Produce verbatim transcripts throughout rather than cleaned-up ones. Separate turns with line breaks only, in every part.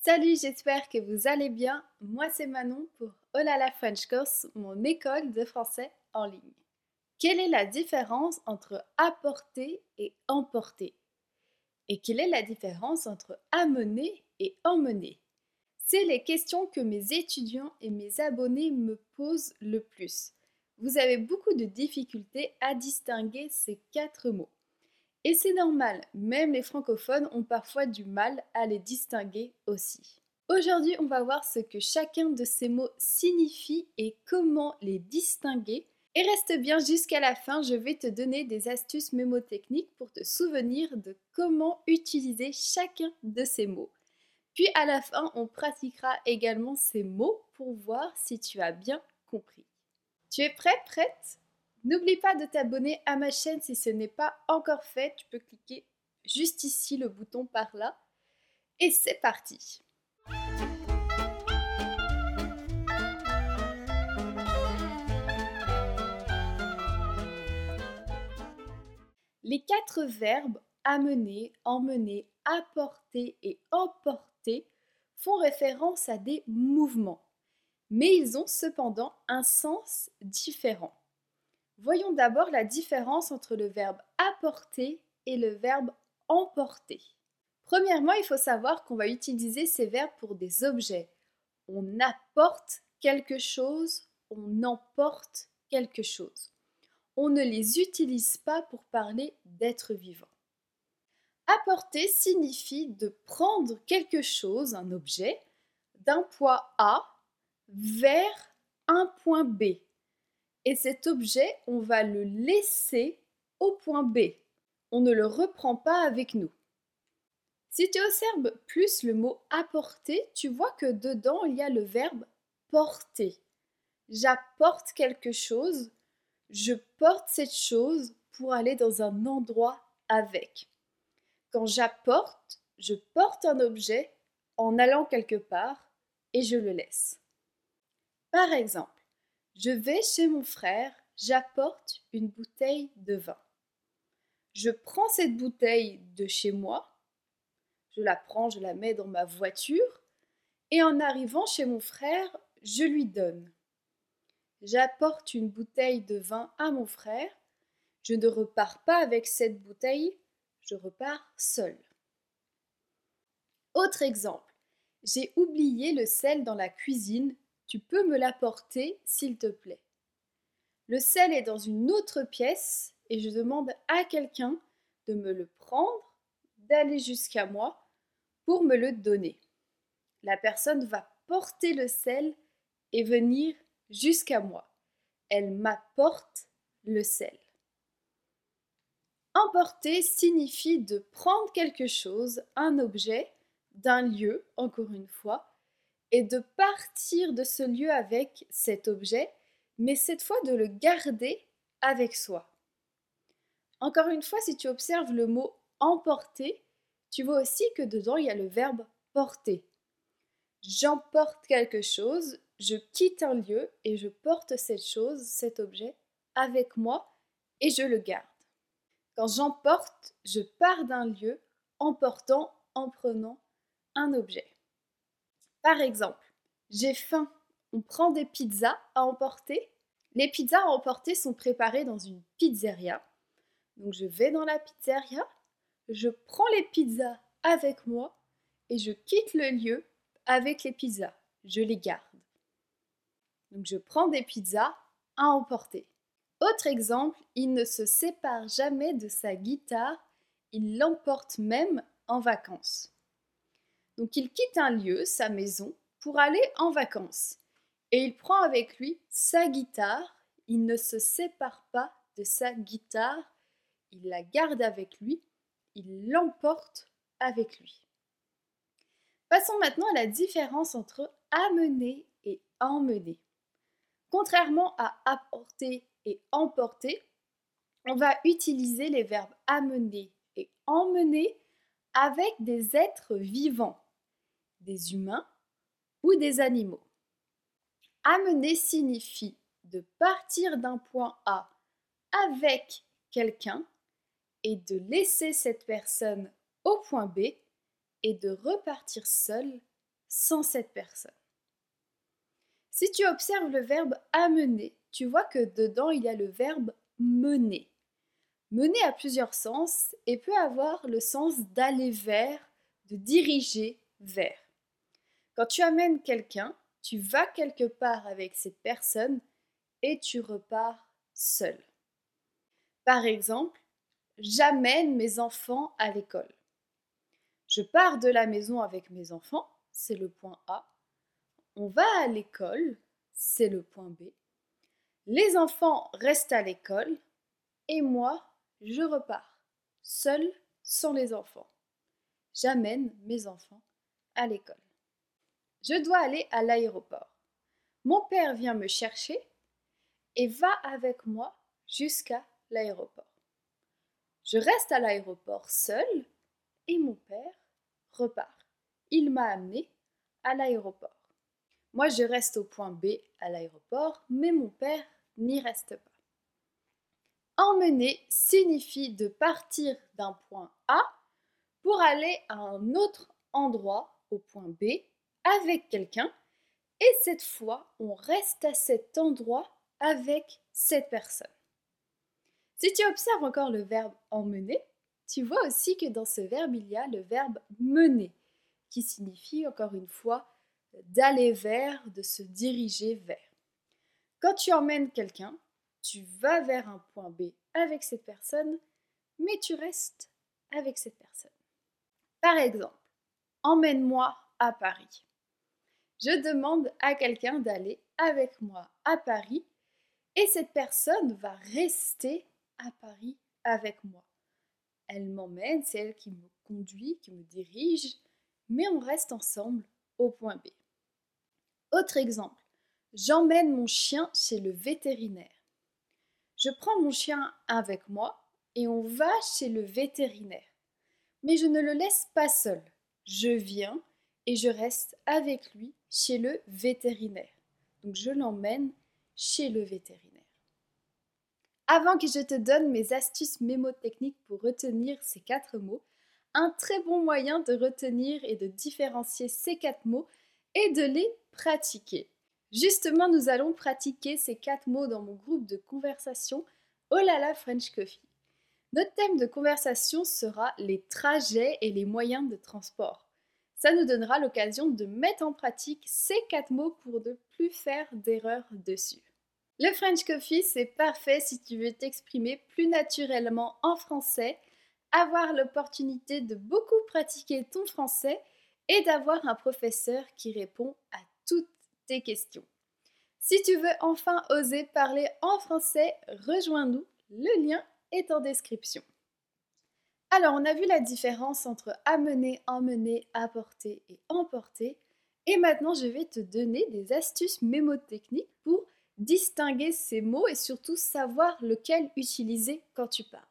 Salut, j'espère que vous allez bien. Moi, c'est Manon pour Olala French Course, mon école de français en ligne. Quelle est la différence entre apporter et emporter? Et quelle est la différence entre amener et emmener? C'est les questions que mes étudiants et mes abonnés me posent le plus. Vous avez beaucoup de difficultés à distinguer ces quatre mots. Et c'est normal, même les francophones ont parfois du mal à les distinguer aussi. Aujourd'hui, on va voir ce que chacun de ces mots signifie et comment les distinguer. Et reste bien jusqu'à la fin, je vais te donner des astuces mémotechniques pour te souvenir de comment utiliser chacun de ces mots. Puis à la fin, on pratiquera également ces mots pour voir si tu as bien compris. Tu es prêt, prête? N'oublie pas de t'abonner à ma chaîne si ce n'est pas encore fait. Tu peux cliquer juste ici, le bouton par là. Et c'est parti! Les quatre verbes amener, emmener, apporter et emporter font référence à des mouvements, mais ils ont cependant un sens différent. Voyons d'abord la différence entre le verbe apporter et le verbe emporter. Premièrement, il faut savoir qu'on va utiliser ces verbes pour des objets. On apporte quelque chose, on emporte quelque chose. On ne les utilise pas pour parler d'êtres vivants. Apporter signifie de prendre quelque chose, un objet, d'un point A vers un point B. Et cet objet, on va le laisser au point B. On ne le reprend pas avec nous. Si tu observes plus le mot apporter, tu vois que dedans, il y a le verbe porter. J'apporte quelque chose, je porte cette chose pour aller dans un endroit avec. Quand j'apporte, je porte un objet en allant quelque part et je le laisse. Par exemple, je vais chez mon frère, j'apporte une bouteille de vin. Je prends cette bouteille de chez moi, je la prends, je la mets dans ma voiture et en arrivant chez mon frère, je lui donne. J'apporte une bouteille de vin à mon frère, je ne repars pas avec cette bouteille, je repars seule. Autre exemple, j'ai oublié le sel dans la cuisine, tu peux me l'apporter s'il te plaît. Le sel est dans une autre pièce et je demande à quelqu'un de me le prendre, d'aller jusqu'à moi pour me le donner. La personne va porter le sel et venir jusqu'à moi. Elle m'apporte le sel. Emporter signifie de prendre quelque chose, un objet, d'un lieu, encore une fois, et de partir de ce lieu avec cet objet, mais cette fois de le garder avec soi. Encore une fois, si tu observes le mot emporter, tu vois aussi que dedans il y a le verbe porter. J'emporte quelque chose, je quitte un lieu et je porte cette chose, cet objet, avec moi et je le garde. Quand j'emporte, je pars d'un lieu en portant, en prenant un objet. Par exemple, j'ai faim, on prend des pizzas à emporter. Les pizzas à emporter sont préparées dans une pizzeria. Donc je vais dans la pizzeria, je prends les pizzas avec moi et je quitte le lieu avec les pizzas. Je les garde. Donc je prends des pizzas à emporter. Autre exemple, il ne se sépare jamais de sa guitare, il l'emporte même en vacances. Donc il quitte un lieu, sa maison, pour aller en vacances. Et il prend avec lui sa guitare, il ne se sépare pas de sa guitare, il la garde avec lui, il l'emporte avec lui. Passons maintenant à la différence entre amener et emmener. Contrairement à apporter et emporter, on va utiliser les verbes amener et emmener avec des êtres vivants, des humains ou des animaux. Amener signifie de partir d'un point A avec quelqu'un et de laisser cette personne au point B et de repartir seul sans cette personne. Si tu observes le verbe amener, tu vois que dedans il y a le verbe mener. Mener a plusieurs sens et peut avoir le sens d'aller vers, de diriger vers. Quand tu amènes quelqu'un, tu vas quelque part avec cette personne et tu repars seul. Par exemple, j'amène mes enfants à l'école. Je pars de la maison avec mes enfants, c'est le point A. On va à l'école, c'est le point B. Les enfants restent à l'école et moi, je repars, seul, sans les enfants. J'amène mes enfants à l'école. Je dois aller à l'aéroport. Mon père vient me chercher et va avec moi jusqu'à l'aéroport. Je reste à l'aéroport seul et mon père repart. Il m'a amené à l'aéroport. Moi, je reste au point B à l'aéroport, mais mon père n'y reste pas. Emmener signifie de partir d'un point A pour aller à un autre endroit au point B avec quelqu'un et cette fois, on reste à cet endroit avec cette personne. Si tu observes encore le verbe emmener, tu vois aussi que dans ce verbe, il y a le verbe mener qui signifie encore une fois d'aller vers, de se diriger vers. Quand tu emmènes quelqu'un, tu vas vers un point B avec cette personne, mais tu restes avec cette personne. Par exemple, emmène-moi à Paris. Je demande à quelqu'un d'aller avec moi à Paris et cette personne va rester à Paris avec moi. Elle m'emmène, c'est elle qui me conduit, qui me dirige, mais on reste ensemble au point B. Autre exemple, j'emmène mon chien chez le vétérinaire. Je prends mon chien avec moi et on va chez le vétérinaire. Mais je ne le laisse pas seul. Je viens et je reste avec lui chez le vétérinaire. Donc je l'emmène chez le vétérinaire. Avant que je te donne mes astuces mémotechniques pour retenir ces quatre mots, un très bon moyen de retenir et de différencier ces quatre mots est de les pratiquer. Justement, nous allons pratiquer ces quatre mots dans mon groupe de conversation Olala French Coffee. Notre thème de conversation sera les trajets et les moyens de transport. Ça nous donnera l'occasion de mettre en pratique ces quatre mots pour ne plus faire d'erreurs dessus. Le French Coffee, c'est parfait si tu veux t'exprimer plus naturellement en français, avoir l'opportunité de beaucoup pratiquer ton français et d'avoir un professeur qui répond à toutes tes questions. Si tu veux enfin oser parler en français, rejoins-nous, le lien est en description. Alors, on a vu la différence entre amener, emmener, apporter et emporter. Et maintenant, je vais te donner des astuces mémotechniques pour distinguer ces mots et surtout savoir lequel utiliser quand tu parles.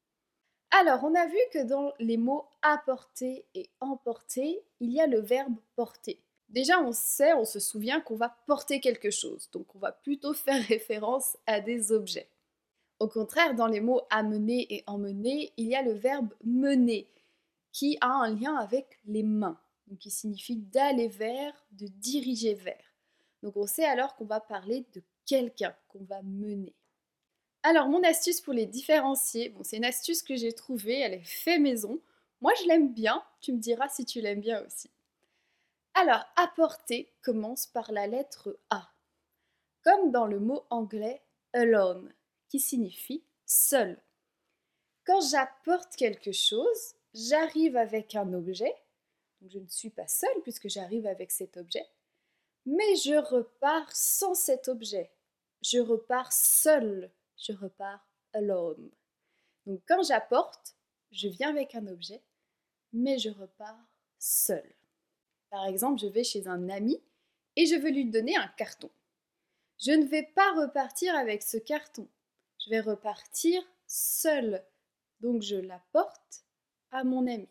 Alors, on a vu que dans les mots apporter et emporter, il y a le verbe porter. Déjà, on sait, on se souvient qu'on va porter quelque chose, donc on va plutôt faire référence à des objets. Au contraire, dans les mots amener et emmener, il y a le verbe mener, qui a un lien avec les mains, donc qui signifie d'aller vers, de diriger vers. Donc on sait alors qu'on va parler de quelqu'un qu'on va mener. Alors mon astuce pour les différencier, bon, c'est une astuce que j'ai trouvée, elle est fait maison. Moi je l'aime bien, tu me diras si tu l'aimes bien aussi. Alors apporter commence par la lettre A, comme dans le mot anglais alone, qui signifie seul. Quand j'apporte quelque chose, j'arrive avec un objet, donc je ne suis pas seule puisque j'arrive avec cet objet, mais je repars sans cet objet. Je repars seule, je repars alone. Donc quand j'apporte, je viens avec un objet, mais je repars seule. Par exemple, je vais chez un ami et je veux lui donner un carton. Je ne vais pas repartir avec ce carton. Je vais repartir seule. Donc je l'apporte à mon ami.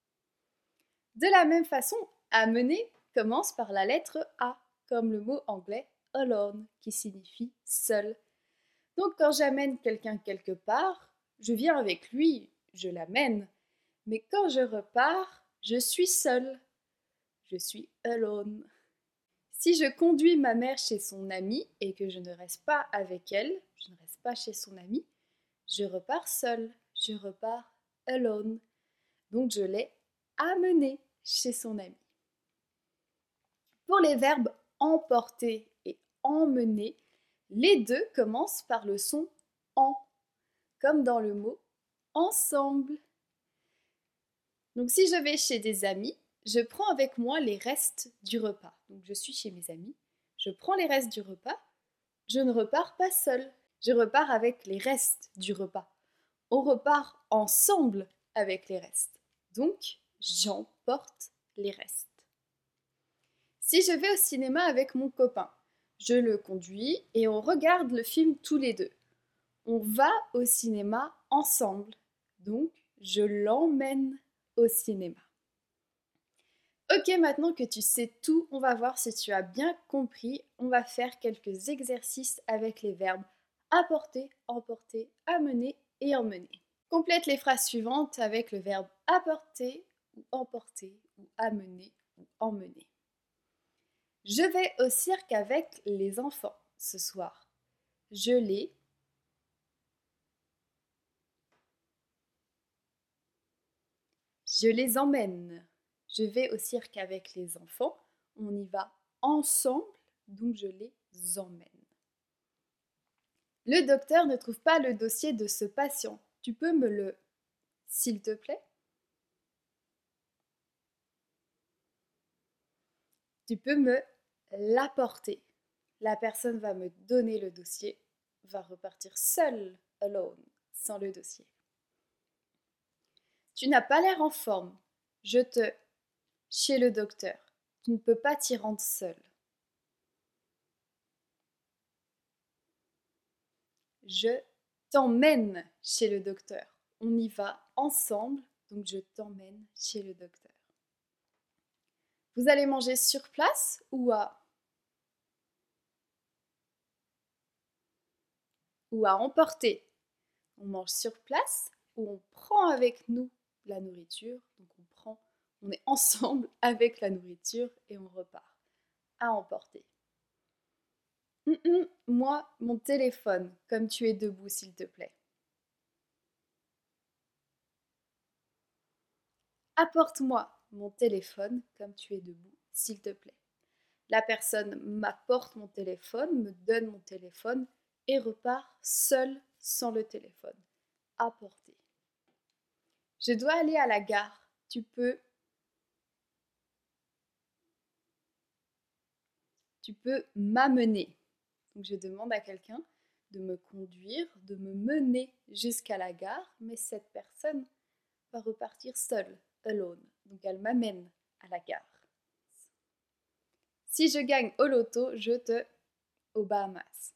De la même façon, amener commence par la lettre A, comme le mot anglais alone, qui signifie seul. Donc quand j'amène quelqu'un quelque part, je viens avec lui, je l'amène. Mais quand je repars, je suis seule. je suis alone. Si je conduis ma mère chez son amie et que je ne reste pas avec elle, je ne reste pas chez son amie, je repars seule, je repars alone. Donc je l'ai amenée chez son amie. Pour les verbes emporter et emmener, les deux commencent par le son en, comme dans le mot ensemble. Donc si je vais chez des amis, je prends avec moi les restes du repas. Donc je suis chez mes amis, je prends les restes du repas, je ne repars pas seule, je repars avec les restes du repas. On repart ensemble avec les restes. Donc j'emporte les restes. Si je vais au cinéma avec mon copain, je le conduis et on regarde le film tous les deux. On va au cinéma ensemble, donc je l'emmène au cinéma. Ok, maintenant que tu sais tout, on va voir si tu as bien compris. On va faire quelques exercices avec les verbes apporter, emporter, amener et emmener. Complète les phrases suivantes avec le verbe apporter ou emporter ou amener ou emmener. Je vais au cirque avec les enfants ce soir. Je les Je les emmène. Je vais au cirque avec les enfants. On y va ensemble, donc je les emmène. Le docteur ne trouve pas le dossier de ce patient. Tu peux me le, s'il te plaît? Tu peux me l'apporter. La personne va me donner le dossier, va repartir seule, alone, sans le dossier. Tu n'as pas l'air en forme. Je te... Chez le docteur. Tu ne peux pas t'y rendre seul. Je t'emmène chez le docteur. On y va ensemble, donc je t'emmène chez le docteur. Vous allez manger sur place ou à... ou à emporter? On mange sur place ou on prend avec nous la nourriture, donc on prend, on est ensemble avec la nourriture et on repart. À emporter. Hum, hum, moi, mon téléphone, comme tu es debout, s'il te plaît. Apporte-moi mon téléphone, comme tu es debout, s'il te plaît. La personne m'apporte mon téléphone, me donne mon téléphone et repart seule sans le téléphone. Apporter. Je dois aller à la gare. Tu peux... Tu peux m'amener. Donc je demande à quelqu'un de me conduire, de me mener jusqu'à la gare, mais cette personne va repartir seule, alone. Donc elle m'amène à la gare. Si je gagne au loto, je te... aux Bahamas.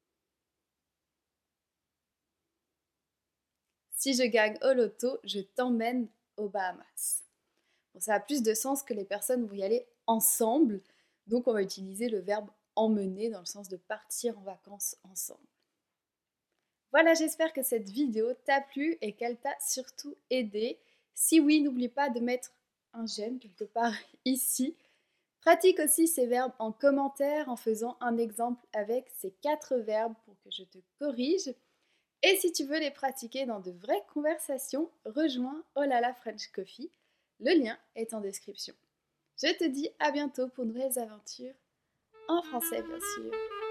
Si je gagne au loto, je t'emmène aux Bahamas. Bon, ça a plus de sens que les personnes vont y aller ensemble, donc on va utiliser le verbe emmener dans le sens de partir en vacances ensemble. Voilà, j'espère que cette vidéo t'a plu et qu'elle t'a surtout aidé. Si oui, n'oublie pas de mettre un j'aime quelque part ici. Pratique aussi ces verbes en commentaire en faisant un exemple avec ces quatre verbes pour que je te corrige. Et si tu veux les pratiquer dans de vraies conversations, rejoins Olala French Coffee. Le lien est en description. Je te dis à bientôt pour de nouvelles aventures, en français bien sûr.